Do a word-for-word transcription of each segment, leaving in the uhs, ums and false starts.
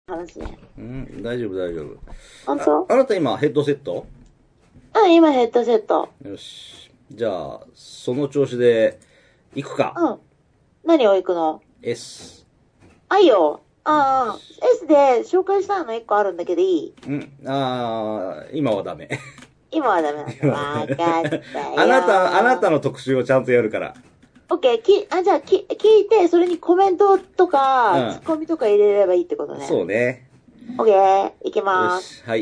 話ね。 うん、大丈夫大丈夫。 本当？ あ、あなた今ヘッドセット？ うん、今ヘッドセット。 よし。じゃあ、その調子で、行くか。 うん。何を行くの？ S。 あ、いいよ。ああ、S で紹介したいのいっこあるんだけどいい？ うん、あー、今はダメ。 今はダメなんだ。 今はダわかっメ。 たよ。 あなた、あなたの特集をちゃんとやるから。 オッケー、き、あ、じゃあ、き、聞いて、それにコメントとか、 うんツッコミとか入れればいいってことね。 そうね。 オッケー、いきよます。 し、はい。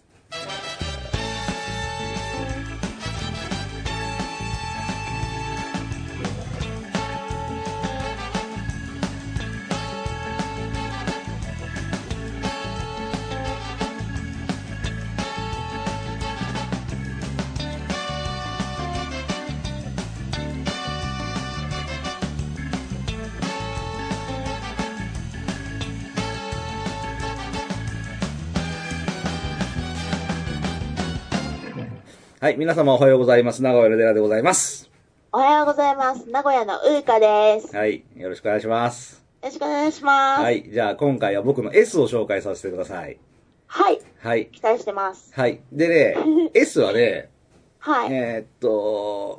はい、皆様おはようございます。名古屋の寺でございます。 おはようございます。名古屋のうーかです。よはい、よろしくお願いします。 ろしくお願いします。 はい、じゃあ今回は僕の S を紹介させてください。 はい。 はい。 期待してます。 はい。でね、S はね、 はい。 えーっと、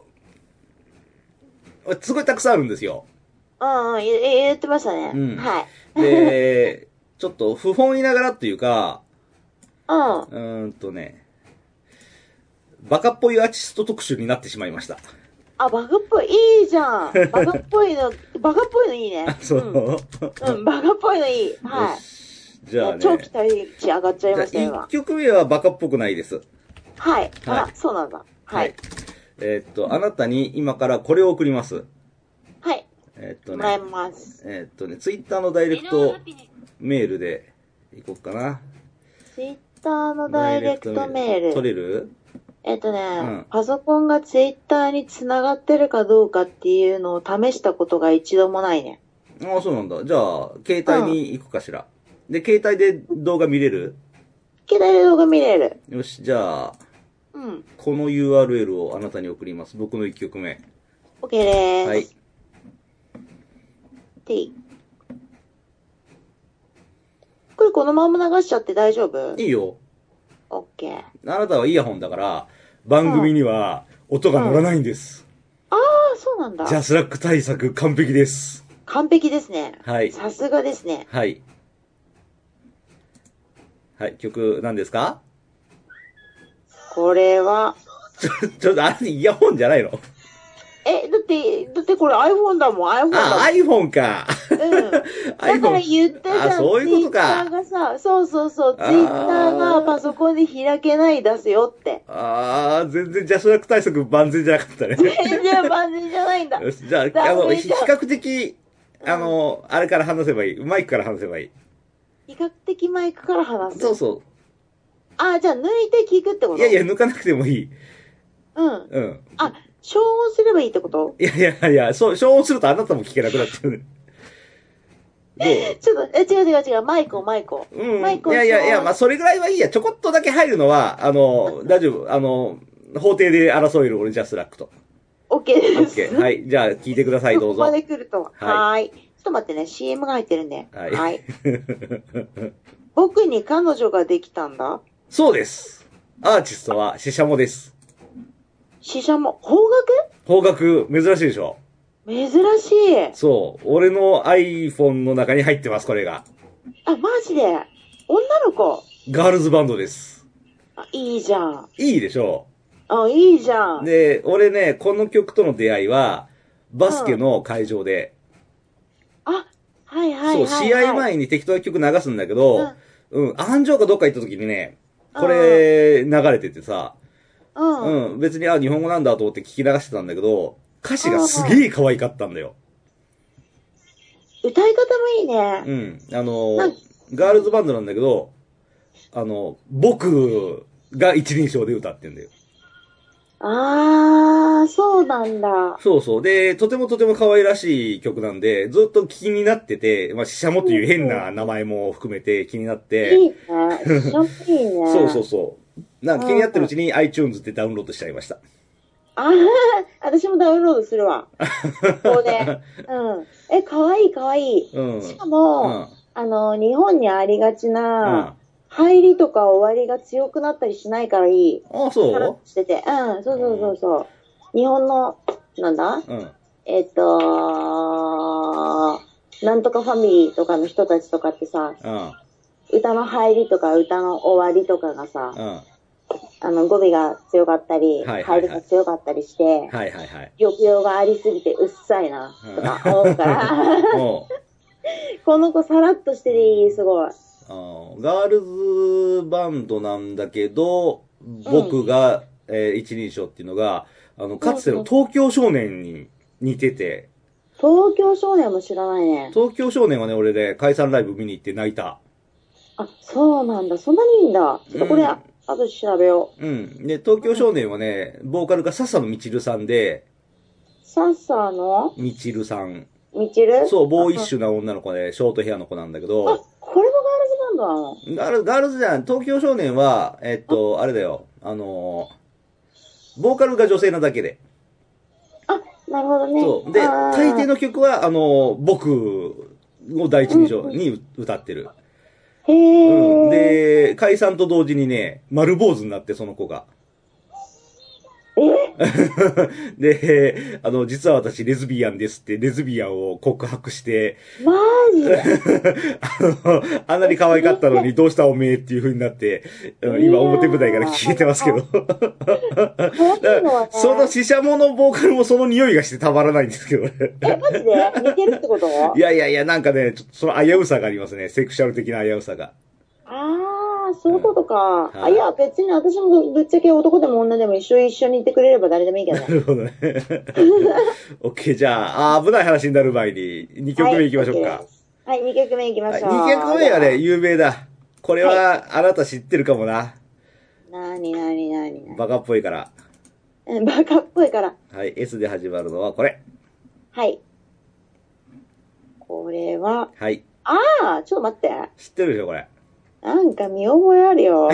すごいたくさんあるんですよ。 うんうん、言言ってましたね。 うん。 はい。 で、ちょっと不本意ながらっていうか、 うん。 うーんとね、バカっぽいアーティスト特集になってしまいました。 あ、バカっぽい。いいじゃん。バカっぽいの、バカっぽいのいいね。 そう。 うん、うん、バカっぽいのいい。はい。 じゃあね。 超期待値上がっちゃいましたよ、 今。いっきょくめはバカっぽくないです。 はい。あ、 はい、 そうなんだ。はい。はい、 えー、っと、あなたに今からこれを送ります。 はい。 えー、っとね。 もらいます。 えー、っとね、ツイッターのダイレクトメールでいこうかな。 ツイッターのダイレクトメール。 取れる？ えっとね、うん、パソコンがツイッターに繋がってるかどうかっていうのを試したことが一度もないね。 ああ、そうなんだ。じゃあ、携帯に行くかしら。うん、で、携帯で動画見れる？ 携帯で動画見れる。 よし、じゃあ、 うん、 この ユーアールエル をあなたに送ります。僕のいっきょくめ。 OK でーす。 はい。 でい。これこのまま流しちゃって大丈夫？ いいよ。 OK。 あなたはイヤホンだから、番組には音が乗らないんです。 うんうん、ああ、そうなんだ。 ジャスラック対策完璧です。 完璧ですね。 はい。 さすがですね。 はい。はい、曲何ですか？ これは。 ちょ、ちょっとあれイヤホンじゃないの？ え、だって、だってこれ iPhone だもん、iPhone だもん。 あ、iPhone か。 うん。だから言ったじゃん。 あ、そういうことか。 Twitter がさ、そうそうそう、Twitter がパソコンで開けない出すよって。 ああ、全然ジャスラック対策万全じゃなかったね。 全然万全じゃないんだ。 よし、じゃあ、あの、比較的、あの、うん、あれから話せばいい。マイクから話せばいい。 比較的マイクから話す。 そうそう。 あ、じゃあ抜いて聞くってこと？ いやいや、抜かなくてもいい。 うん。 うん。 あ、消音すればいいってこと？ いやいやいや、そう、消音するとあなたも聞けなくなっちゃうね。どう？ ちょっと、え、違う違う違う、マイクをマイクを。 うん。 マイクを。 いやいやいや、まあ、それぐらいはいいや。ちょこっとだけ入るのは、あの、大丈夫。あの、法廷で争える俺ジャスラックと。 OK です。 OK。はい。じゃあ、聞いてください、どうぞ。 ここまで来ると。はい。ちょっと待ってね、シーエム が入ってるんで。 はい。 はい、僕に彼女ができたんだ。 そうです。アーティストはシシャモです。 シシャモ、邦楽？邦楽、珍しいでしょ？ 珍しい。 そう。俺の iPhone の中に入ってます、これが。 あ、マジで？女の子？ ガールズバンドです。 あ、いいじゃん。 いいでしょ？ あ、いいじゃん。 で、俺ね、この曲との出会いは、バスケの会場で。 うん、あ、はいはいはい、はい。 そう、試合前に適当な曲流すんだけど、うん、うん、安城かどっか行った時にね、これ、流れててさ、うん、うん、別に、あ、日本語なんだと思って聞き流してたんだけど、歌詞がすげえ可愛かったんだよ。 歌い方もいいね。 うん。あの、ガールズバンドなんだけど、あの、僕が一人称で歌ってんだよ。 あー、そうなんだ。 そうそう。で、とてもとても可愛らしい曲なんで、ずっと気になってて、まあ、シシャモという変な名前も含めて気になって。 いいね。シシャモいいね。 そうそうそう。なんか気になってるうちに iTunes ってダウンロードしちゃいました。 あー、私もダウンロードするわ。そうね。うん。え、かわいいかわいい。うん。しかも、うん、 あの、日本にありがちうん。 な、 あ入りとか終わりが強くなったりしないからいい。 あ、 さらっそとしてて。うん、そうそうそうそう。日本の、なんだううん。 えっと、なんとかファミリーとかの人たちとかってさ、 うん。 歌の入りとか歌の終わりとかがさ、 うん。 あの語尾が強かったり、 はいはいはい。 入りが強かったりして、 はいはいはい。 抑揚がありすぎてうっさいな、とか思うから、 おうこの子さらっとしてていい、すごい。 あーガールズバンドなんだけど、 うん僕が、えー一人称っていうのが、あの、かつてのうんうん。 東京少年に似てて、 東京少年も知らないね。 東京少年はね、俺で解散ライブ見に行って泣いた。 あ、そうなんだ。そんなにいいんだ。ちょっとこれ、 うん。 あとで調べようん。で、東京う。うん。 少年はね、ボーカルが笹野みちるさんで、 笹のみちるさん。 みちるそう、ボーイッあ、 シュな女の子で、ショートヘアの子なんだけあ、 ど、 これもガールズバンドなの？ ガール、ガールズじゃん。東京少年は、えっあ、 と、あれだよ。あのー、ボーカルが女性なだけで。 あ、なるほどね。 そう。で、大抵あの曲は、あのー、僕を第ー、うん一人称うん。 に歌ってる。 へうん。 え、 で、解散と同時にね、丸坊主になって、その子が。 え、 で、あの、実は私レズビアンですってレズビアンを告白して、 マジで？ あの、あんなえ、 に可愛かったのにそれって、 どうしたおめえっていう風になって、うん今いや表舞台から消えてますけど。 ー、可愛いのはそのね、 シシャモのボーカルもその匂いがしてたまらないんですけどね。 え、マジで似てるってこいと？ やいやいや、なんかね、ちょっとその危うさがありますね。セクシャル的な危うさが。 ああ、そういうこうん。 とか。あ、いはい。 や、別に私もぶぶっちゃけ男でも女でも一緒一緒にいてくれれば誰でもいいけどね。 なるほどね。オッケー、じゃあ、あー危ない話になる前ににきょくめはい、 行きましょ OK うか。 です。はい、にきょくめいきまはい、 しょう。 にきょくじめはね、 ゃあ、 有名だ。これはい。 は、あなた知ってるかもな。 なになになになに。 バカっぽいから。 うん、バカっぽいから。 はい、S で始まるのはこれ。 はい。これは、 はい。 ああ、ちょっと待って。 知ってるでしょ、これ。 なんか見覚えあるよ。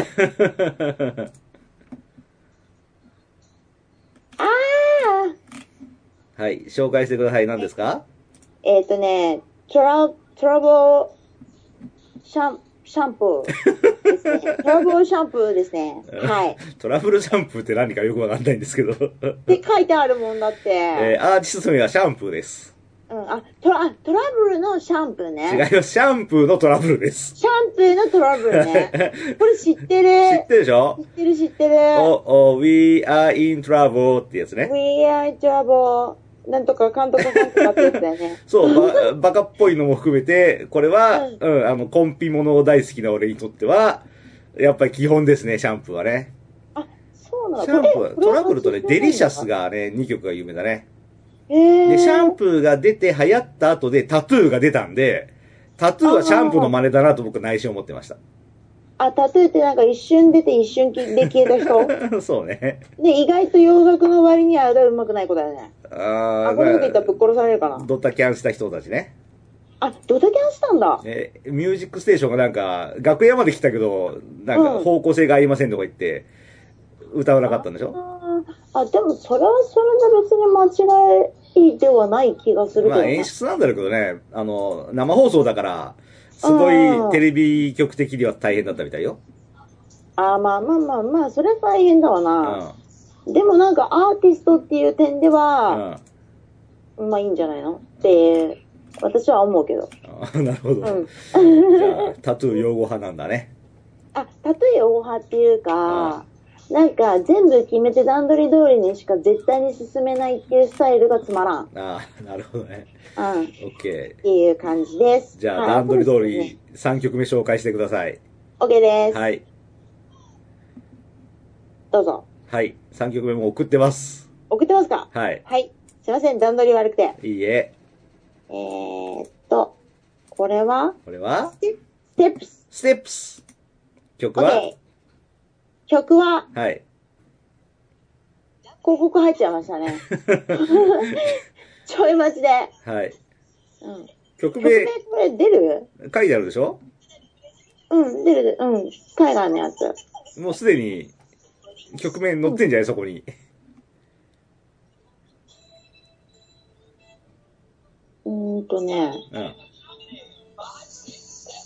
ああ、 はい、紹介してください。何ですか？ えっ、ー、とね、トラ、トラボシャン、シャンプーですね。トラブルシャンプーですね。はい。 トラブルシャンプーって何かよくわかんないんですけど。 って書いてあるもんだって。 えー、アーティスト名はシャンプーです。 うん、あ、トラ、トラブルのシャンプー違いね。 ます。シャンプーのトラブルです。 シャンプーのトラブルね。これ知ってる。 知ってるでしょ？ 知ってる知ってる。 お、お、we are in trouble ってやつね。 We are in trouble. なんとかかんとかかんとかってやつだよね。 そう、ば、バカっぽいのも含めて、これは、 うん。 うん、あの、コンピもの大好きな俺にとっては、やっぱり基本ですね、シャンプーはね。 あ、そうなの。 シャンプーは、 これ、 トラブルとね、デリシャスが。 がね、にきょくが有名だね。 へー。 で、シャンプーが出て流行った後でタトゥーが出たんで、タトゥーはシャンプーの真似だなと僕内心思ってました。 あ、タトゥーってなんか一瞬出て一瞬で消えた人そうね。 で、意外と洋楽の割には歌うまくない子だよね。 ああ、このこと言ったらぶっ殺されるかな。 ドタキャンした人たちね。 あ、ドタキャンしたんだ。 え、ミュージックステーションがなんか、楽屋まで来たけど、なんか方向性が合いませんとか言って、歌わなかったんでしょ？ ああ、でもそれはそれで別に間違いではない気がするけどまあね。 演出なんだろうけどね、あの、生放送だから、すごいテレビ局的には大変だったみたいよ。 あ、まあまあまあまあ、それは大変だわうな。 ん。 でもなんかアーティストっていう点では、 うん。 まあいいんじゃないのって、私は思うけど。 あなるほど。 うん。 じゃあ、タトゥー擁護派なんだね。 あ、タトゥー擁護派っていうあか、なんか全部決めて段取り通りにしか絶対に進めないっていうスタイルがつまらん。 ああ、なるほどね。 うん。 オッケっていう感じでー。 す。 じゃあ、 はい段取り通そうですねりさんきょくめ紹介してください。 OK です。 はい。 どうぞ。 はい。さんきょくめも送ってます。 送ってますか？ はい。 はい。すいません、段取り悪くて。 いいえ。 えーっと、これはこれはステップス。 ステップス。曲は OK。曲は、 はい。 広告入っちゃいましたね。ちょい待ちで。 はい。 うん。 曲名、 曲名これ出る？ 書いてあるでしょ？ うん、出る、うん。海外のやつ。 もうすでに曲名載ってんじゃないそこに。 うーんとね。 うん。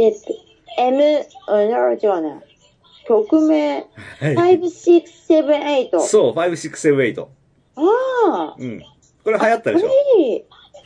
シックス、M、うん、違うね。曲名、 はい。 ファイブ、シックス、セブン、エイト。 そう、ご、ろく、なな、はち。 ああ。 うん。これ流行ったでしょ。 これいい。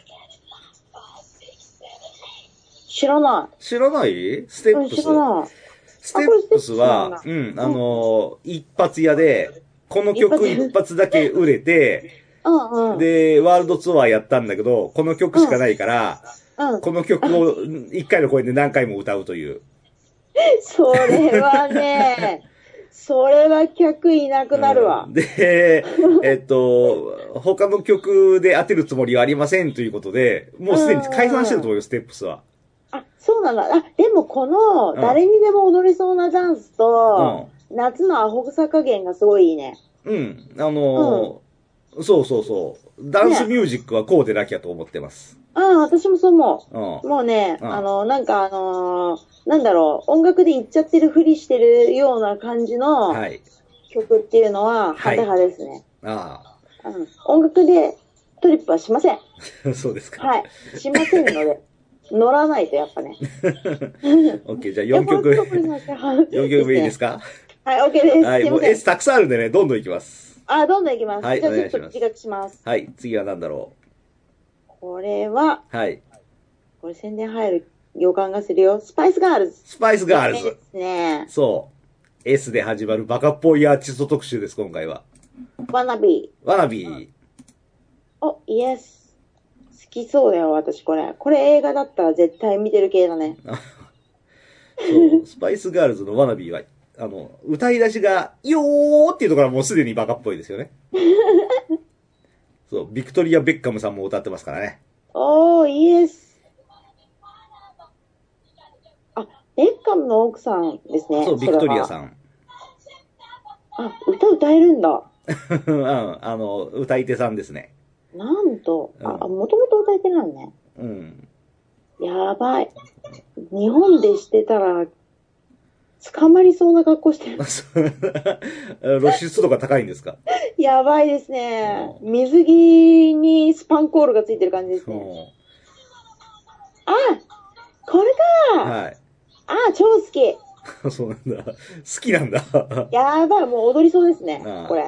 知らな知らないステい。うん、 ップス。 知らない。 ステップスは、 ううん、あのー、一発屋で、この曲一発だけ売れて、 うんうん。 で、ワールドツアーやったんだけど、この曲しかないから、 うん。 この曲を一回の公演で何回も歌うという。 それはね、それは客いなくなるわ。 うん、で、えっと、他の曲で当てるつもりはありませんということで、もうすでに解散してると思うよ、ステップスは。 あ、そうなんだ。あ、でもこの、誰にでも踊れそうなダンスと、うん、夏のアホさ加減がすごいいいね。 うん。あのーうん、そうそうそう。ダンスミュージックはこうでなきゃと思ってます。 ね、ああ、私もそう思う。 うん、 もうね、 うん、 あの、なんかあのー、なんだろう、音楽で言っちゃってるふりしてるような感じの曲っていうのは、反対派ですね。 はい、ああ。うん。音楽でトリップはしません。 そうですか。 はい。しませんので。乗らないとやっぱね。 オッケー、じゃあよんきょくめ。よんきょくめいいですか？ はい、オッケーです。 はい、もう S たくさんあるんでね、どんどんいきます。 あ、どんどんいきます。 はい、 じゃあちょっと自覚します。 はい、次は何だろう。これは、 はい。 これ宣伝入る予感がするよ。スパイスガールズ。 スパイスガールズ。 ですね。 そう。S で始まるバカっぽいアーティスト特集です、今回は。 ワナビー。ワナビー。 お、イエス。好きそうだよ、私これ。これ映画だったら絶対見てる系だね。 そう、スパイスガールズのワナビーは、あの、歌い出しが、よーっていうところはもうすでにバカっぽいですよね。そう、ビクトリア・ベッカムさんも歌ってますからね。 おー、イエス。あ、ベッカムの奥さんですね。 そう、ビクトリアさん。 あ、歌歌えるんだ。 うん、あの、歌い手さんですね。 なんと、あ、もともと歌えてないね。 うん。 やばい。日本でしてたら、捕まりそうな格好してる。 露出度が高いんですか？ やばいですね。水着にスパンコールがついてる感じですね。あ、これか。 はい。 あ、超好き。 そうなんだ。好きなんだ。 やばい、もう踊りそうですね。ああこれ。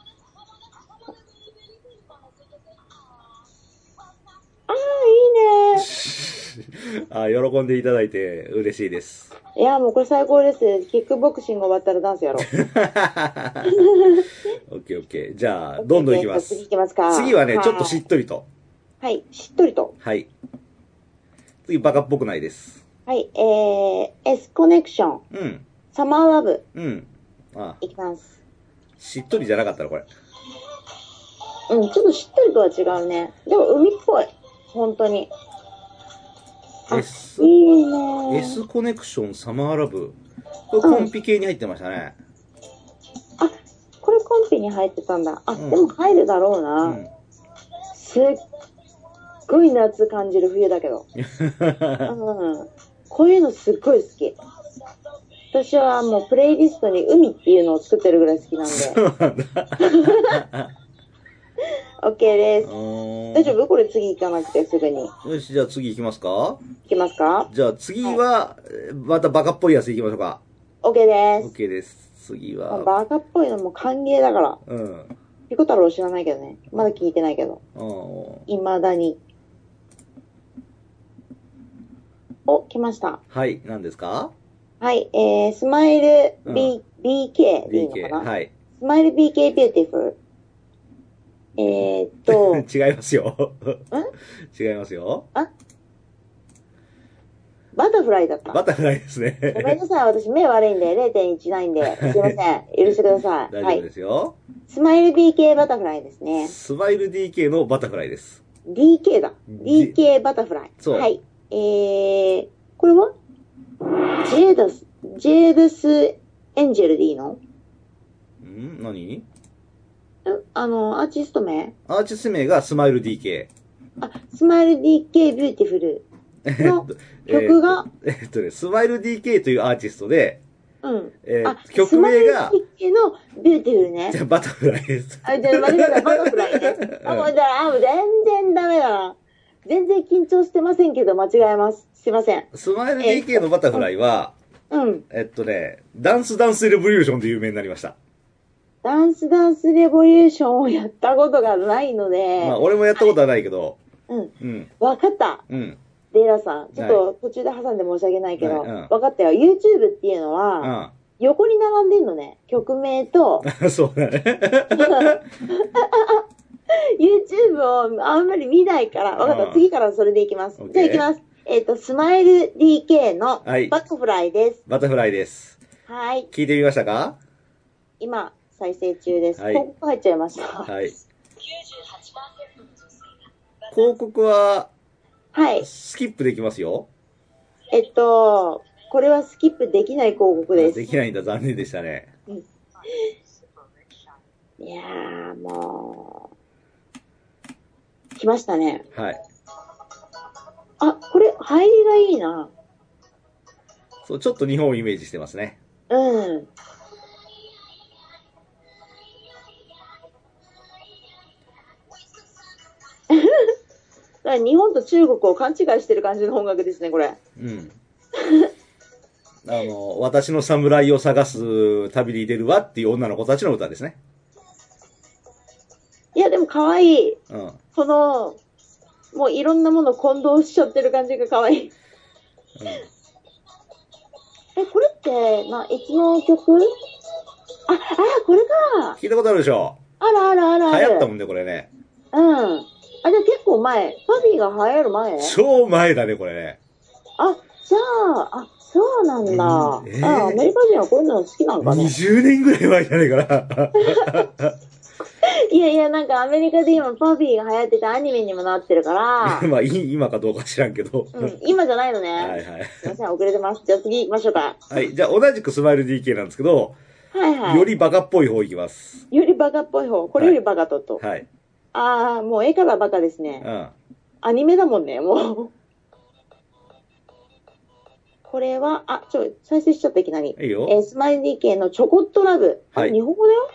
ああ、いいね。 あ、喜んでいただいて嬉しいです。 いや、もうこれ最高です。キックボクシング終わったらダンスやろう。 オッケーオッケー。じゃあ、どんどんいきます。 次いきますか。 次はね、ちょっとしっとりと。 はい、しっとりと。 はい。次、バカっぽくないです。 はい、えー、S コネクション。 うん。 サマーラブ。 うん。ああ。 いきます。 しっとりじゃなかったらこれ。 うん、ちょっとしっとりとは違うね。でも海っぽい。本当に。 S、 いいね。 S コネクションサマーラブ。これコンピ系に入ってましたね。 うん、あ、これコンピに入ってたんだ。あ、うん、でも入るだろうな。うん、すっごい夏感じる冬だけど。うん、こういうのすっごい好き。私はもうプレイリストに海っていうのを作ってるぐらい好きなんで。そうなんだ。OK です。大丈夫？これ次行かなくてすぐに。 よし、じゃあ次行きますか？行きますか？ じゃあ次は、はい、またバカっぽいやつ行きましょうか。 OK です。 OK です。次は。 バカっぽいのも歓迎だから。 うん。 ピコ太郎知らないけどね。まだ聞いてないけど。いまだに。お、来ました。 はい、何ですか？ はい、えー、スマイル B、うん、ビーケー でいいのかな？はい。スマイル ビーケー ビューティフル。えー、っと。 違いますよ。違いますよ。 あバタフライだった。 バタフライですね。 ごめんなさい。私目悪いんで れいてんいちないんで。すいません。許してください。 大丈夫ですよ。はい、 スマイル ビーケー バタフライですね。 スマイル ディーケー のバタフライです。 ディーケー だ。ディーケー バタフライ。 そう。 はい。えー、これはジェーダス、ジェーダスエンジェルでいいの？ ん何？ あの、アーティスト名？ アーティスト名がスマイル ディーケー。あ、スマイル ディーケー ビューティフルの曲がえー、えーっとね、スマイル ディーケー というアーティストで、 うん。 えー、曲名が、 スマイル ディーケー のビューティフルね。 じゃあバタフライです。 あ、じゃあ、間違えた、バタフライね。あ、もうだ、あ、もう全然ダメだな。 全然緊張してませんけど、間違えます。すいません。 スマイル ディーケー のバタフライは、 うん。 えっとね、ダンスダンスレボリューションで有名になりました。 ダンスダンスレボリューションをやったことがないので。 まあ、俺もやったことはないけど。 うん。うん。わかった。 うん。 デイラさん、ちょっと途中で挟んで申し訳ないけど、 はいうん、 わかったよ。YouTube っていうのは、うん、横に並んでんのね。曲名と。 そうだね。 YouTube をあんまり見ないから、わかった。次からそれでいきます。じゃあいきます。えっと、スマイル ディーケー のバタフライです。 バタフライです。 はい。 聞いてみましたか？ 今、再生中です。はい、広告入っちゃいました。 はい。広告は、はい。スキップできますよ。 えっと、これはスキップできない広告です。 できないんだ、残念でしたね。うん、 いやー、もう、来ましたね。 はい。 あ、これ、入りがいいな。 そう、ちょっと日本をイメージしてますね。 うん。だから日本と中国を勘違いしてる感じの音楽ですね、これ。 うん。あの、私の侍を探す旅に出るわっていう女の子たちの歌ですね。 いや、でも可愛い。うん。この、もういろんなもの混同しちゃってる感じが可愛い。うん。え、これって、な、いつの曲？あ、あ、これか。 聞いたことあるでしょ？ あらあらあらあら。 流行ったもんね、これね。 うん。あ、じゃあ結構前。パフィーが流行る前？ 超前だね、これね。 あ、じゃあ、あ、そうなんだ。うんえー、あ、アメリカ人はこういうの好きなんかね。 にじゅうねんぐらい前じゃないかな。 いやいや、なんかアメリカで今パフィーが流行っててアニメにもなってるから。 まあ、今かどうか知らんけど。 うん、今じゃないのね。 はいはい。 すいません、遅れてます。じゃあ次行きましょうか。 はい、じゃあ同じくスマイル ディーケー なんですけど、 はいはい。 よりバカっぽい方いきます。 よりバカっぽい方。これよりバカとと。 はい。 ああ、もう絵からバカですね。うん。アニメだもんね、もう。これは、あ、ちょ、再生しちゃったいきなり。 いいよ。 えー、スマイル ディーケー のチョコットラブ。はい。日本語だよ。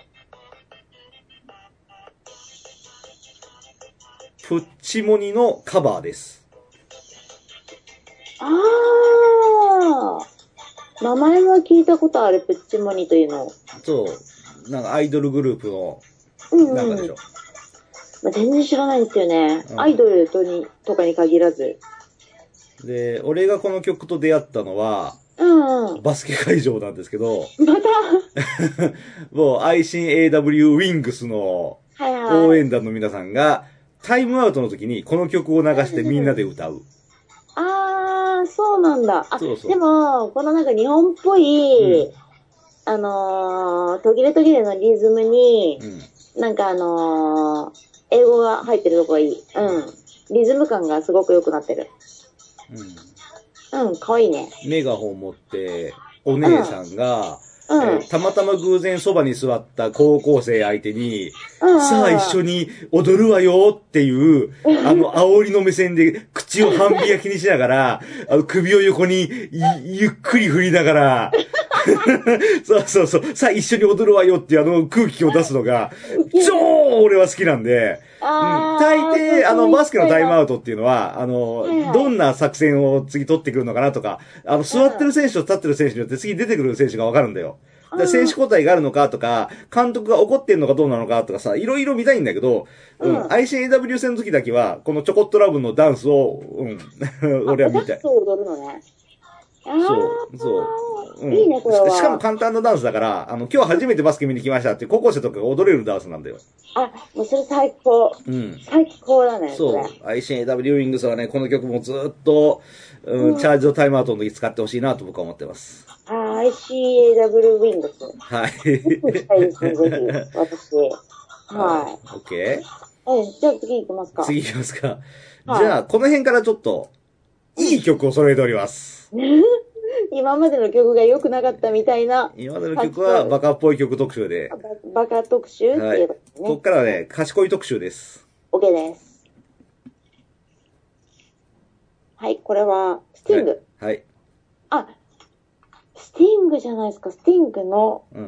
プッチモニのカバーです。 ああ。名前は聞いたことある、プッチモニというの。 そう。なんかアイドルグループの、なんかでしょ。 まあ、全然知らないんですよね。うん、アイドルとにとかに限らず。 で、俺がこの曲と出会ったのは、 うんうん、 バスケ会場なんですけど、 またもう、アイシン エーダブリュー ウィングスの応援団の皆さんが、タイムアウトの時にこの曲を流してみんなで歌う。 あー、そうなんだ。あ、そうそうでも、このなんか日本っぽい、うん、あのー、途切れ途切れのリズムに、うん、なんかあのー、英語が入ってるとこがいい。うん。リズム感がすごく良くなってる。うん。うん、かわいいね。 メガホン持って、お姉さんが、うんえー、たまたま偶然そばに座った高校生相手に、うん、さあ一緒に踊るわよっていう、あの、煽りの目線で口を半開きにしながら、あの首を横にゆっくり振りながら、そうそうそう。さあ一緒に踊るわよっていうあの空気を出すのが、超俺は好きなんで、うん、大抵、あの、バスケのタイムアウトっていうのは、あの、はいはい、どんな作戦を次取ってくるのかなとか、あの、座ってる選手と立ってる選手によって次出てくる選手がわかるんだよ。で選手交代があるのかとか、監督が怒ってんのかどうなのかとかさ、いろいろ見たいんだけど、うん、アイシーエーダブリュー 戦の時だけは、このチョコットラブのダンスを、うん、俺は見たい。 そう踊るのね。 そう、そう、 うん。いいね、これは。 しかも簡単なダンスだから、あの、今日初めてバスケ見に来ましたって高校生とかが踊れるダンスなんだよ。 あ、もうそれ最高。うん。最高だね。 そう。アイシーエーダブリュー ウィングスはね、この曲もずっと、うん、チャージドタイムアウトの時使ってほしいなと僕は思ってます。 あ、アイシーエーダブリュー ウィングス。 はい。 したいですね、ぜひ。私。はい。 オッケー。え、じゃあ次行きますか。 次行きますか。じゃあ、この辺からちょっと、いい曲を揃えております。 今までの曲が良くなかったみたいな。 今までの曲はバカっぽい曲特集で。 バカ特集っていう、ね。はい。ここからはね、賢い特集です。 OK です。はい、これは、スティング。 はい。はい、 あ、スティングじゃないですか、スティングの。うん。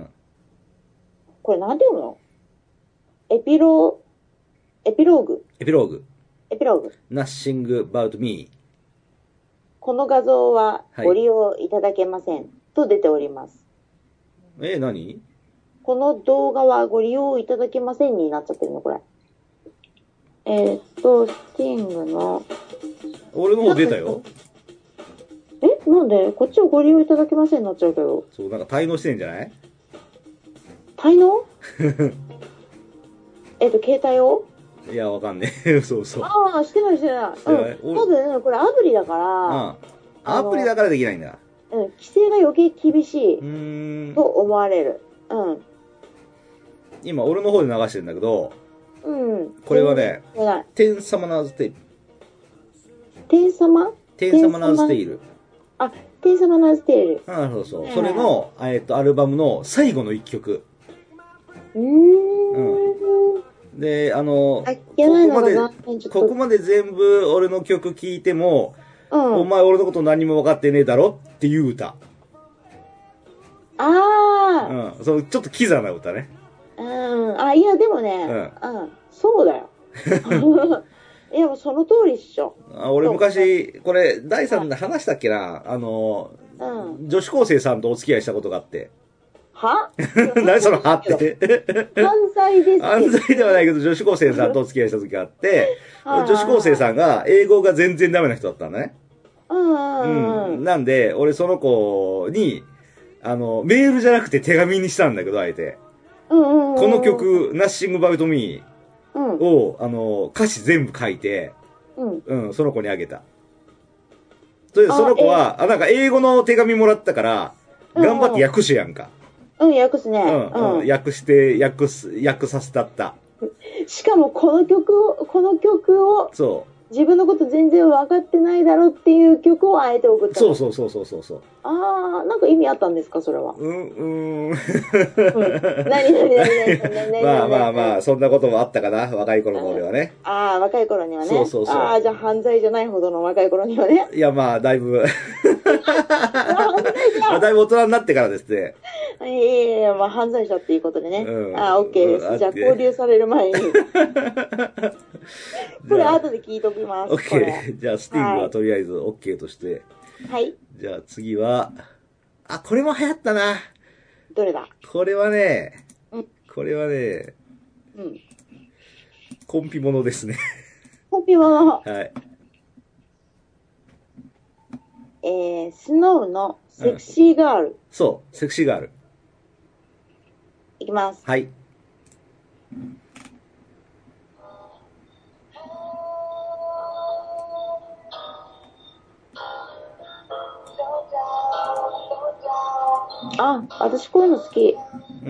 これなんていうの？エピロー、エピローグ。 エピローグ。 エピローグ。 Nothing about me。 この画像はご利用いただけません、はい、と出ております。 え、何？ この動画はご利用いただけませんになっちゃってるのこれ。えー、っと、スティングの。 俺の方出たよ。 え、なんでこっちはご利用いただけませんになっちゃうけど。 そう、なんか滞納してんじゃない？ 滞納えっと、携帯を？ いや、わかんねえ。そうそう。 ああ、してないしてない。してない。うん。多分、これアプリだから。うん。 アプリだからできないんだ。 うん。規制が余計厳しい。うーん。と思われる。うん。 今、俺の方で流してるんだけど。 うん。 これはね、天様ナーズテイル。 天様？ 天様ナーズテイル。 あ、天様ナーズテイル。 なるほど、そう。それの、えっと、アルバムの最後の一曲。 うーん。 うん。で、あの、 あ、ここまで、 ここまで全部俺の曲聴いても、うん、お前俺のこと何も分かってねえだろっていう歌。 ああ。 うん。そう、ちょっとキザな歌ね。 うん。あ、いや、でもね、うん。うん、そうだよ。いや、もうその通りっしょ。 あ、俺昔、これ、第三で話したっけな、あの、うん、女子高生さんとお付き合いしたことがあって。 は何そのはって。 犯罪です。 犯罪ではないけど、女子高生さんとお付き合いした時があって、女子高生さんが英語が全然ダメな人だったんだね。うん。うん。なんで、俺その子に、あの、メールじゃなくて手紙にしたんだけど、あえて。うんうん。この曲、Nothing About Me を、あの、歌詞全部書いて、うん。うん、その子にあげた。それで、その子は、あ、なんか英語の手紙もらったから、頑張って訳しやんか。 うん、訳すね。 うん、うん、訳して、訳す、訳させたった。 しかも、この曲を、この曲を、そう。自分のこと全然分かってないだろっていう曲をあえて送った。 そうそうそうそうそうそう。 ああ、なんか意味あったんですか、それは。うん、うん。うん、何何何何まあまあまあ、そんなこともあったかな、若い頃の俺はね。 ああ、若い頃にはね。 そうそうそう。 ああ、じゃあ犯罪じゃないほどの若い頃にはね。 いや、まあ、だいぶ。だいぶ大人になってからですね。 いやいやいや、まあ犯罪者っていうことでね。うん、ああ、オッケーです。じゃあ交流される前に。これ後で聞いときます。 オッケー。じゃあ、スティーブはとりあえずオッケーとして。はい。じゃあ次は、あ、これも流行ったな。 どれだ？ これはね、うん、これはね、うん。コンピものですね。 コンピもの。 はい。 えー、スノーのセクシーガール。うん、 そう、セクシーガール。 いきます。 はい。 あ、私こういうの好き。うん。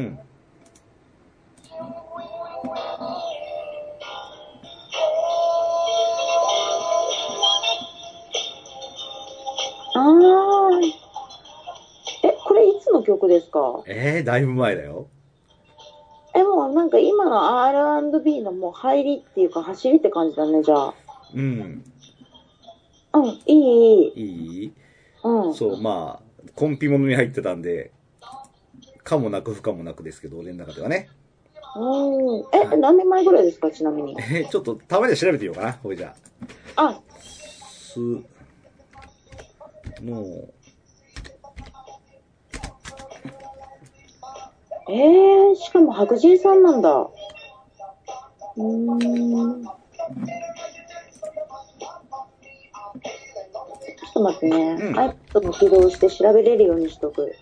ああ。え、これいつの曲ですか？ えー、だいぶ前だよ。 え、もうなんか今の アールアンドビー のもう入りっていうか走りって感じだね、じゃあ。うん。うん、いい、いい。 いい？うん。そう、まあ、コンピものに入ってたんで、かもなく不可もなくですけど、俺の中ではね。 うん。え、はい、何年前ぐらいですか、ちなみに。 え、ちょっと、たまには調べてみようかな、ほいじゃあ。あ。す、の、 えー、しかも白人さんなんだ。うーん。ちょっと待ってね。うん、iPad も起動して調べれるようにしとく。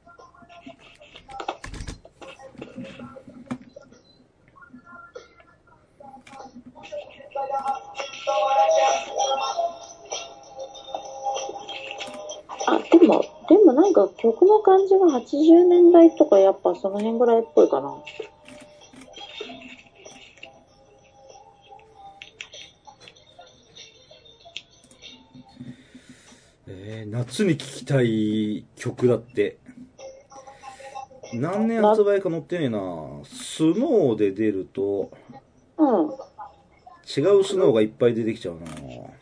あ、でも、でもなんか曲の感じがはちじゅうねんだいとかやっぱその辺ぐらいっぽいかな。 えー、夏に聴きたい曲だって。何年発売か載ってねえな。スノーで出ると、うん。違うスノーがいっぱい出てきちゃうな。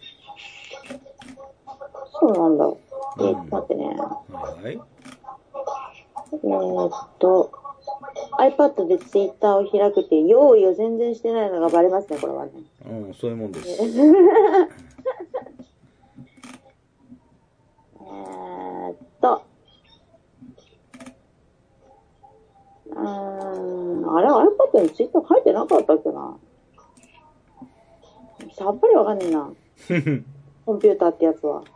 そうなんだ。えー、待ってね。はい。えー、っと、iPad で Twitter を開くって、用意を全然してないのがバレますね、これはね。 あうん、そういうもんです。 えーっと。うーん、あれ iPad にツイッター書いてなかったっけな。さっぱりわかんねえな。コンピューターってやつは。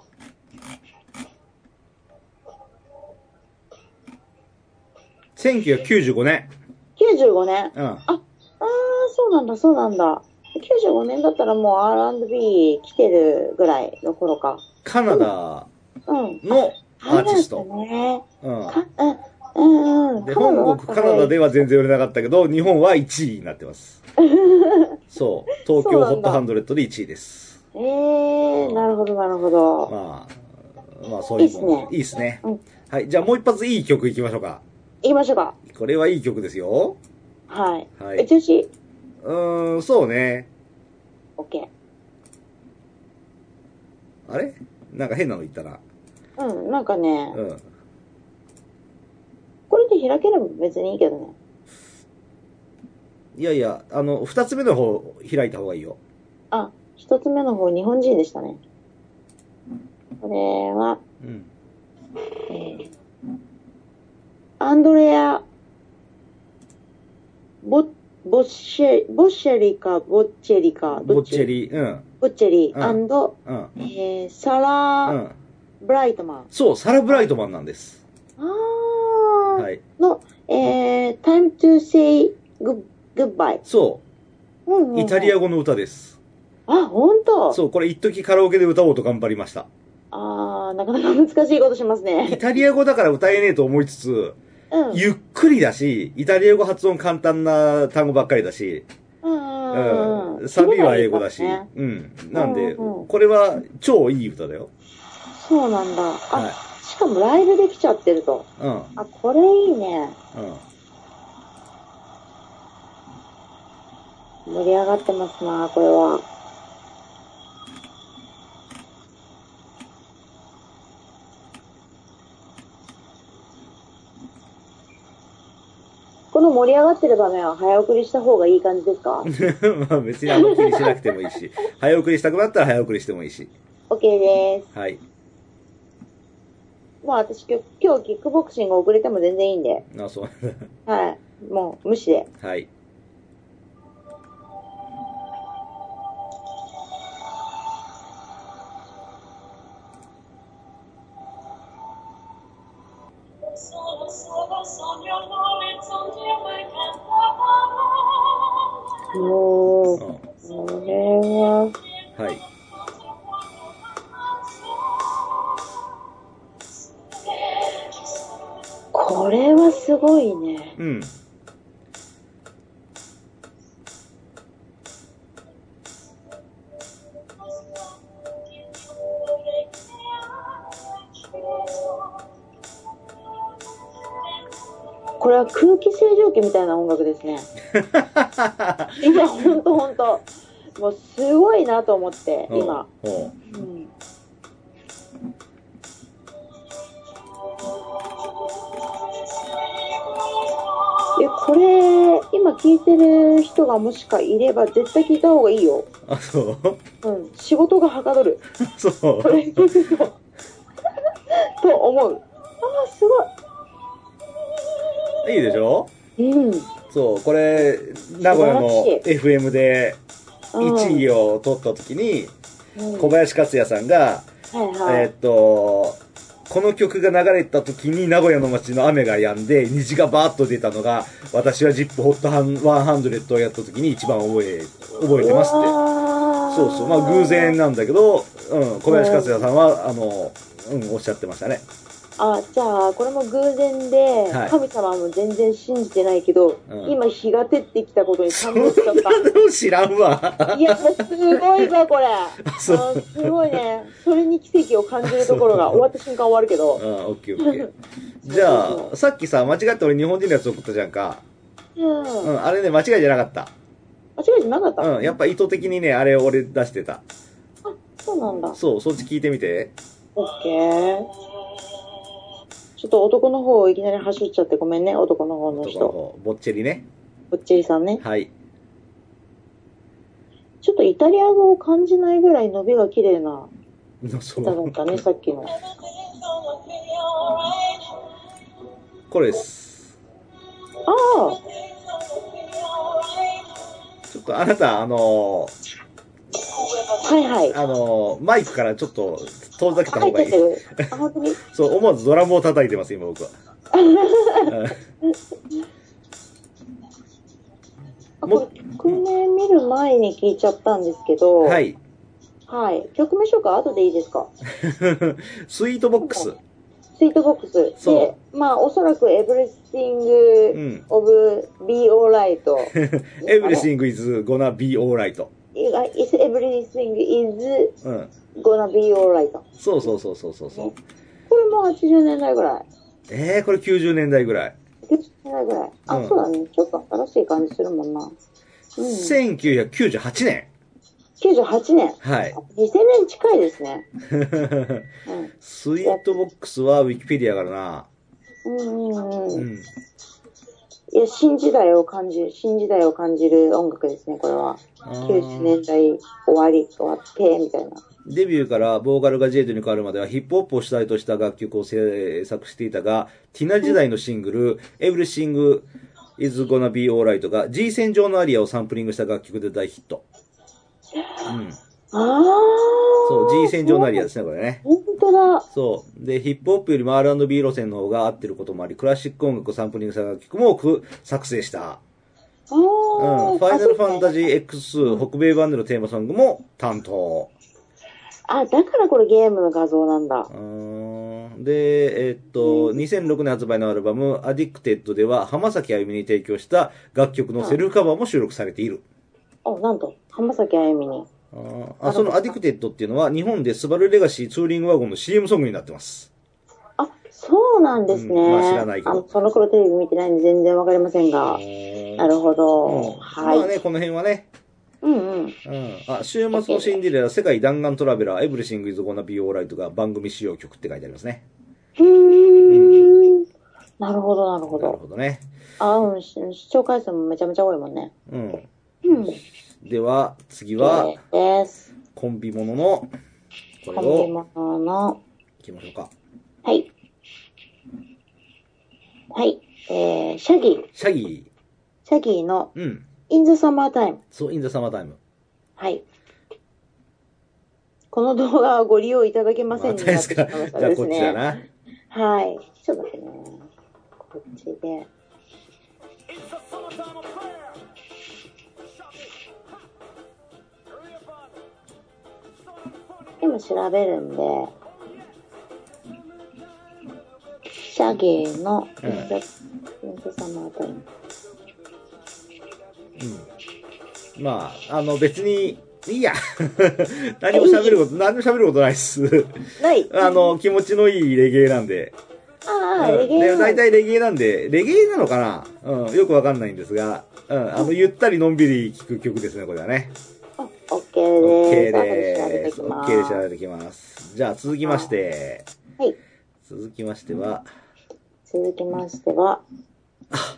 せんきゅうひゃくきゅうじゅうごねん。 きゅうじゅうごねん。 うん。 あ、あー、そうなんだ、そうなんだ。きゅうじゅうごねんだったらもう アールアンドビー 来てるぐらいの頃か。 カナダうん。 のアーティスト。 ね。 うん。 かうん、うん、うん。 で、本国カナダでは全然売れなかったけど、日本はいちいになってます。そう。東京ホットハンドレッドでいちいです。 ええー、なるほど、なるほど。 まあ、まあそういうもん。いいっすね。いいっすね。うん。はい。じゃあもう一発いい曲いきましょうか。 いきましょうか。 これはいい曲ですよ。 はい。 はい。 え、調子？ うーん、そうね。 OK。 あれなんか変なの言ったな。 うん、なんかね。 うん。 これで開ければ別にいいけどね。 いやいや、あの、二つ目の方開いた方がいいよ。 あ、一つ目の方日本人でしたね。これは、うん、えー、アンドレア・ボ、ボッシェ、ボッシェリか、ボッチェリか、 ボッチェリ、うん。 ボッチェリ、 うん、 アンド、うん、えー、サラ、うん、ブライトマン。 そう、サラ・ブライトマンなんです。 あー、 はい。 の、えー、Time to Say Goodbye。 そう、うんうんうん。イタリア語の歌です。 あ、ほんと？ そう、これ一時カラオケで歌おうと頑張りました。 あー、なかなか難しいことしますね。 イタリア語だから歌えねえと思いつつ、うん、ゆっくりだし、イタリア語発音簡単な単語ばっかりだし、うんうん、サビは英語だし、ね、うん。なんで、うんうん、これは超いい歌だよ。 そうなんだ。あ、はい、しかもライブできちゃってると。うん。あ、これいいね。うん。盛り上がってますな、これは。この盛り上がってる場面は早送りした方がいい感じですか？ まあ別にあんま気にしなくてもいいし、早送りしたくなったら早送りしてもいいし。 OK です。 はい。 もう私今日、今日キックボクシング遅れても全然いいんで。 あ、そう。 はい。もう無視で。 はい。 もう、これは、 はい。 これはすごいね。 うん。 これは空気清浄機みたいな音楽ですね。いや、ほんとほんと。もうすごいなと思って、今。うん、え、これ、今聞いてる人がもしかいれば絶対聞いた方がいいよ。 あ、そううん。仕事がはかどる。 そう。 これ聞くと。と思う。ああ、すごい。 いいでしょ？ うん。 そう、これ、名古屋の エフエム でいちいを取った時に、うん、小林克也さんが、はいはい、えー、っと、この曲が流れた時に名古屋の街の雨が止んで、虹がバーッと出たのが、私はジップホットハンドをやった時に一番覚え、覚えてますって。そうそう。まあ偶然なんだけど、うん、小林克也さんは、あの、うん、おっしゃってましたね。 あ、じゃあこれも偶然で、はい、神様も全然信じてないけど、うん、今日が照ってきたことに感動しちゃった。 そんなの知らんわ。 いや、もうすごいわこれ。あそうすごいね。それに奇跡を感じるところが終わった瞬間終わるけど。 あ、オッケーオッケー。じゃあさっきさ間違って俺日本人のやつ送ったじゃんか。うん。うん、あれね間違いじゃなかった。 間違いじゃなかった。 うん、やっぱ意図的にねあれ俺出してた。 あ、そうなんだ。 そう、そっち聞いてみて。 オッケー。ちょっと男の方いきなり走っちゃってごめんね、男の方の人。 男の方、ぼっちりね。 ぼっちりさんね。 はい。 ちょっとイタリア語を感じないぐらい伸びが綺麗なそう歌だったね、さっきの。 これです。 ああ。 ちょっとあなた、あのー、はいはい。 あのー、マイクからちょっと遠ざけた方がいい。 あ、本当にそう、思わずドラムを叩いてます、今僕は。 あ、これ曲名見る前に聞いちゃったんですけど。 はい。 はい。曲名紹介後でいいですか？ スイートボックス。 スイートボックス。そう。で、まあ、おそらく Everything of Be Alright。 Everything is gonna be alright。 Is everything is gonna be alright。 そうそうそうそうそう。これもはちじゅうねんだいぐらい。 えー、これきゅうじゅうねんだいぐらい。 きゅうじゅうねんだいぐらい。あ、うん、そうだね。ちょっと新しい感じするもんな。 うん、せんきゅうひゃくきゅうじゅうはちねん。 きゅうじゅうはちねん。 はい。 にせんねん近いですね。 うん、スイートボックスはウィキペディアからな。 うんうんうん。うん、いや、新時代を感じる、新時代を感じる音楽ですね、これは。きゅうじゅうねんだい終わり、終わって、みたいな。 デビューからボーカルがジェイドに変わるまではヒップホップを主体とした楽曲を制作していたが、ティナ時代のシングル、Everything is Gonna Be Alright が G 線上のアリアをサンプリングした楽曲で大ヒット。うん。ああ。そう、G 線上のアリアですね、これね。 本当だ。 そう。で、ヒップホップよりも アールアンドビー 路線の方が合ってることもあり、クラシック音楽をサンプリングした楽曲も作成した。うん。ファイナルファンタジー エックスツー、北米版でのテーマソングも担当。 あ、だからこれゲームの画像なんだ。 うん。で、えー、っと、にせんろくねん発売のアルバム、アディクテッドでは、浜崎あゆみに提供した楽曲のセルフカバーも収録されている。 あ、なんと、浜崎あゆみに。 ああ、そのアディクテッドっていうのは、日本でスバルレガシーツーリングワゴンの シーエム ソングになってます。 あ、そうなんですね。うん、 まあ知らないけど。 あの、その頃テレビ見てないんで全然わかりませんが。なるほど、うん。 はい。まあね、この辺はね。 うんうん。うん。 あ、週末のシンデレラ、世界弾丸トラベラー、エブリシングイズゴナビーオーライトが番組使用曲って書いてありますね。 うーん。うん、なるほど、なるほど。 なるほどね。 あ、うん、視聴回数もめちゃめちゃ多いもんね。 うん。うん。では、次は、 です。 コンビものの、これを、 コンビものの、 いきましょうか。 はい。はい。えー、シャギー。 シャギー。シャギーの、 うん。 In the Summertime。 そう、In the Summertime。 はい。この動画はご利用いただけませんね。まあ、ですか。じゃあこっちだな。 はい。ちょっと待ってね。こっちで。今調べるんで、シャゲーのインザサマータイム。 うん。まあ、あの別に、いいや。何も喋ること、何も喋ることないっす。 ない。 あの、気持ちのいいレゲエなんで。 ああ、うん、レゲエ。 で、大体レゲエなんで、レゲエなのかなうん、よくわかんないんですが、うん、あの、ゆったりのんびり聴く曲ですね、これはね。 オッケーです。オッケーで調べてきます。じゃあ続きまして。 はい。 続きましては。 続きましては。 あ、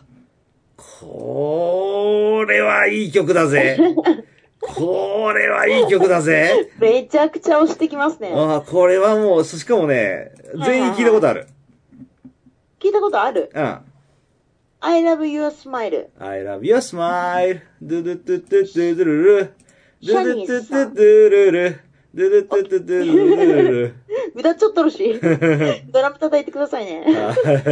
これはいい曲だぜ。これはいい曲だぜ。 めちゃくちゃ押してきますね。 ああ、これはもう、しかもね、全員聞いたことある。 聞いたことある？ うん。 I love your smile. I love your smile. ドゥドゥドゥドゥドゥドゥルル。ドゥドゥドゥドゥドゥルル。ドゥドゥドゥドゥドゥルル。 歌っちゃったるし。ドラム叩いてくださいね。 はい。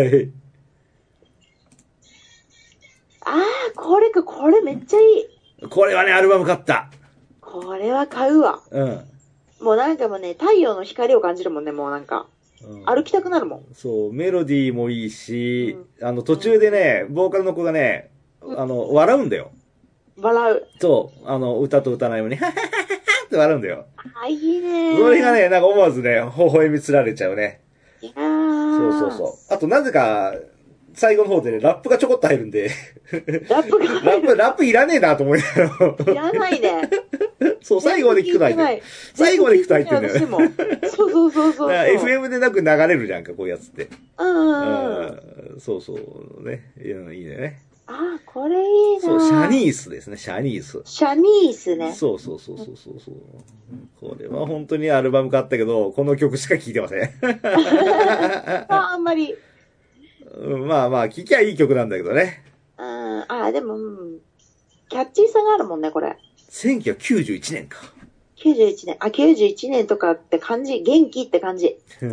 ああ、これか、これめっちゃいい。 これはね、アルバム買った。 これは買うわ。 うん。 もうなんかもうね、太陽の光を感じるもんね、もうなんか。うん、歩きたくなるもん。 そう、メロディーもいいし、うん、あの、途中でね、ボーカルの子がね、あの、笑うんだよ。 笑う。 そう、あの、歌と歌ないように、ははははって笑うんだよ。 あ、いいね。 それがね、なんか思わずね、微笑みつられちゃうね。 いやー。 そうそうそう。あと、なぜか、最後の方でね、ラップがちょこっと入るんで。 ラップが入るラップ、ラップいらねえなと思いながら。いらないね。 そう、最後まで聞くないで。最後まで聞くと入ってんだよね。 そうそうそうそう。 エフエム でなく流れるじゃんか、こういうやつって。 うん。 そうそう。ね。いいねね。 あ、これいいな。 そう、シャニースですね、シャニース。 シャニースね。 そうそうそうそうそうそう。これは本当にアルバム買ったけど、この曲しか聴いてません。 あ、あんまり。 まあまあ、聴きゃいい曲なんだけどね。 うん、あ、でも、うん、キャッチーさがあるもんね、これ。 せんきゅうひゃくきゅうじゅういちねんか。 きゅうじゅういちねん。あ、きゅうじゅういちねんとかって感じ。元気って感じ。うん。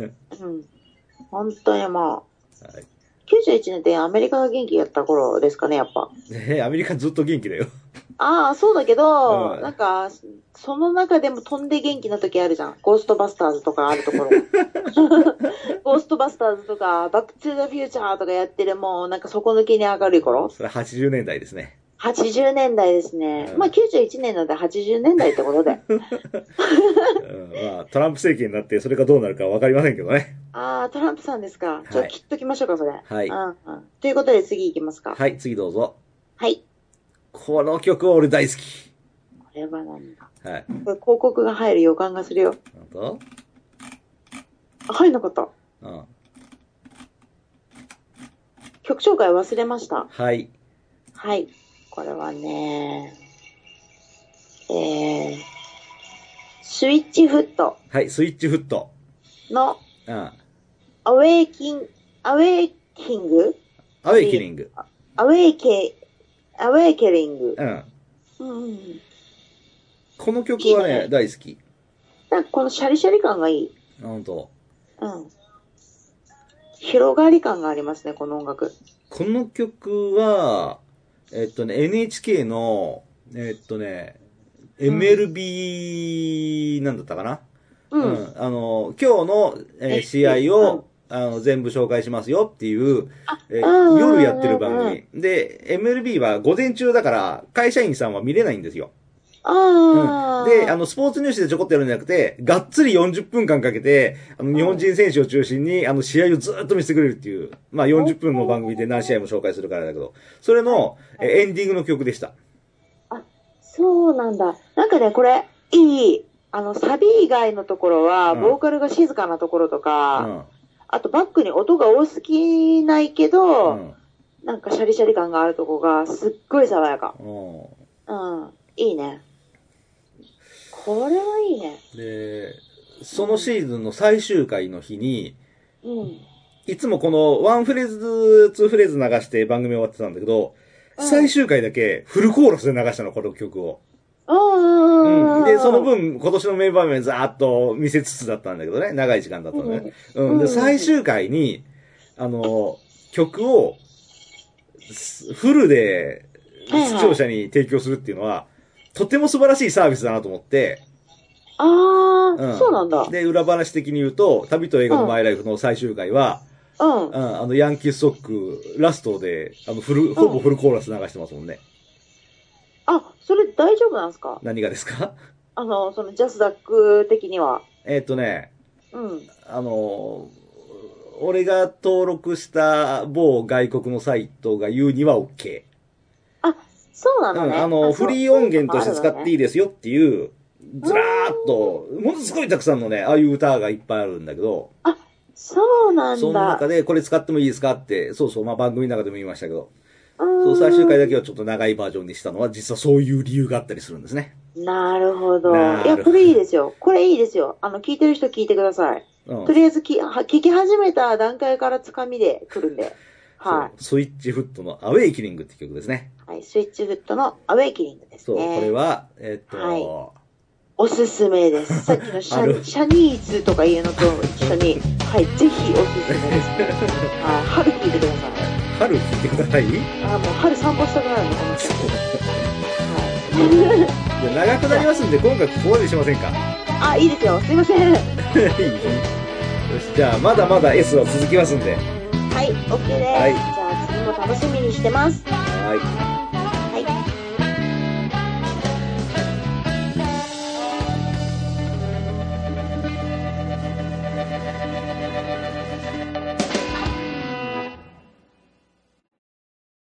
本当にもう。はい、きゅうじゅういちねんってアメリカが元気やった頃ですかね、やっぱ。 えー、アメリカずっと元気だよ。 ああ、そうだけど、うん、なんか、その中でも飛んで元気な時あるじゃん。ゴーストバスターズとかあるところ。ゴーストバスターズとか、バックトゥザフューチャーとかやってるもう、なんか底抜けに明るい頃。 それはちじゅうねんだいですね。 はちじゅうねんだいですね。うん、まあきゅうじゅういちねんなんではちじゅうねんだいってことで。うん、 まあトランプ政権になってそれがどうなるかわかりませんけどね。 ああ、トランプさんですか。ちょっと切っときましょうか、それ。 はい。 うんうん、ということで次行きますか。 はい、次どうぞ。 はい。 この曲は俺大好き。 これは何だ。 はい。 これ広告が入る予感がするよ。 あとあ、入んなかった。 うん。 曲紹介忘れました。 はい。 はい。これはね、えー、スイッチフット。 はい、スイッチフット。 の、 うん。 アウェイキン、アウェイキングアウェイキリング。 アウェイケ、アウェイケリング。 うん。 うんうん、 この曲はね、いいね大好き。 なんかこのシャリシャリ感がいい。 ほんと。 うん。広がり感がありますね、この音楽。 この曲は、えっとね、エヌエイチケー の、えっとね、エムエルビー なんだったかな、うん、うん。あの、今日の、えー、試合を、うん、あの、全部紹介しますよっていう、えー、夜やってる番組。で、エムエルビー は午前中だから、会社員さんは見れないんですよ。 あうん、で、あの、スポーツニュースでちょこっとやるんじゃなくて、がっつりよんじゅっぷんかんかけて、あの、日本人選手を中心に、あの、試合をずっと見せてくれるっていう、まあ、よんじゅっぷんの番組で何試合も紹介するからだけど、それの、えエンディングの曲でした。 あ、そうなんだ。なんかね、これ、いい。あの、サビ以外のところは、ボーカルが静かなところとか、うん、あとバックに音が多すぎないけど、うん、なんかシャリシャリ感があるとこが、すっごい爽やか。うん。いいね。これはいいね。 で、そのシーズンの最終回の日に、 うん、 いつもこのワンフレーズ、ツーフレーズ流して番組終わってたんだけど、うん、最終回だけフルコーラスで流したの、この曲を。うん。で、その分、今年の名場面ざーっと見せつつだったんだけどね、長い時間だったのね。うん。うん、で、最終回に、あの、曲を、フルで、視聴者に提供するっていうのは、とても素晴らしいサービスだなと思って、 ああ、うん、そうなんだ。 で、裏話的に言うと、旅と映画のマイライフの最終回は、うん。うん、あの、ヤンキースソック、ラストで、あの、フル、ほぼフルコーラス流してますもんね。 あ、それ大丈夫なんですか？ 何がですか？ あの、その、ジャスダック的には。 えーっとね、 うん。 あの、俺が登録した某外国のサイトが言うには OK。 あ、そうなのね。 うん、あの、フリー音源として使っていいですよっていう、ずらーっと、ものすごいたくさんのね、ああいう歌がいっぱいあるんだけど。 あ、そうなんだ。 その中でこれ使ってもいいですかって、そうそう、まあ番組の中でも言いましたけど。そう、最終回だけはちょっと長いバージョンにしたのは、実はそういう理由があったりするんですね。 なるほど。いや、これいいですよ。これいいですよ。あの、聞いてる人聞いてください。うん、とりあえずき、は聞き始めた段階からつかみで来るんで。はい。 スイッチフットのアウェイキリングって曲ですね。 はい、スイッチフットのアウェイキリングですね。 そう、これは、えっと、はい、 おすすめです。さっきのシャシャニーズとかいうのと一緒に、はい、ぜひおすすめですね。はい、春聞いてください。 春聞いてください。 あ、もう春散歩したくなるの、この人。 はい。じゃ長くなりますんで、今回ここまでしませんか？ あ、いいですよ。すいません。いいよし、 じゃあ、まだまだ S は続きますんで。 はい、OK です。はい、じゃあ、次も楽しみにしてます。 はい。